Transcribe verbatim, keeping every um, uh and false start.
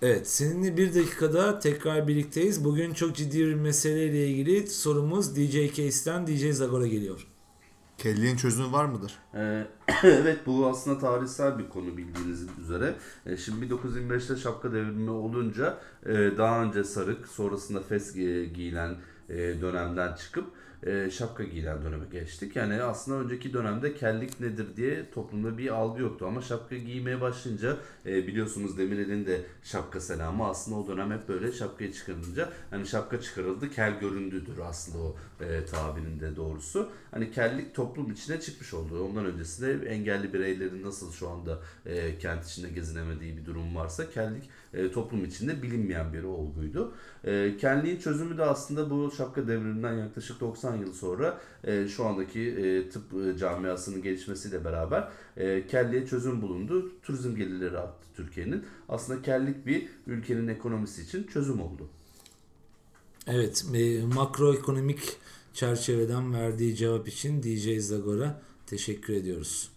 Evet, seninle bir dakikada tekrar birlikteyiz. Bugün çok ciddi bir meseleyle ilgili sorumuz D J Case'den D J Zagor'a geliyor. Kelliğin çözümü var mıdır? Ee, evet, bu aslında tarihsel bir konu bildiğiniz üzere. Ee, şimdi bin dokuz yüz yirmi beşte şapka devrimi olunca e, daha önce sarık, sonrasında fes gi- giyilen e, dönemden çıkıp e, şapka giyilen döneme geçtik. Yani aslında önceki dönemde kellik nedir diye toplumda bir algı yoktu ama şapka giymeye başlayınca e, biliyorsunuz Demirel'in de şapka selamı aslında o dönem hep böyle şapkayı çıkarınca hani şapka çıkarıldı kel göründüdür aslında o e, tabirinin de doğrusu. Hani kellik toplum içine çıkmış oldu. Ondan öncesinde engelli bireylerin nasıl şu anda e, kent içinde gezinemediği bir durum varsa kellik e, toplum içinde bilinmeyen bir olguydu. E, kelliğin çözümü de aslında bu şapka devriminden yaklaşık doksan yıl sonra e, şu andaki e, tıp e, camiasının gelişmesiyle beraber e, kelliğe çözüm bulundu. Turizm gelirleri arttı Türkiye'nin. Aslında kellik bir ülkenin ekonomisi için çözüm oldu. Evet, e, makroekonomik çerçeveden verdiği cevap için D J Zagor'a teşekkür ediyoruz.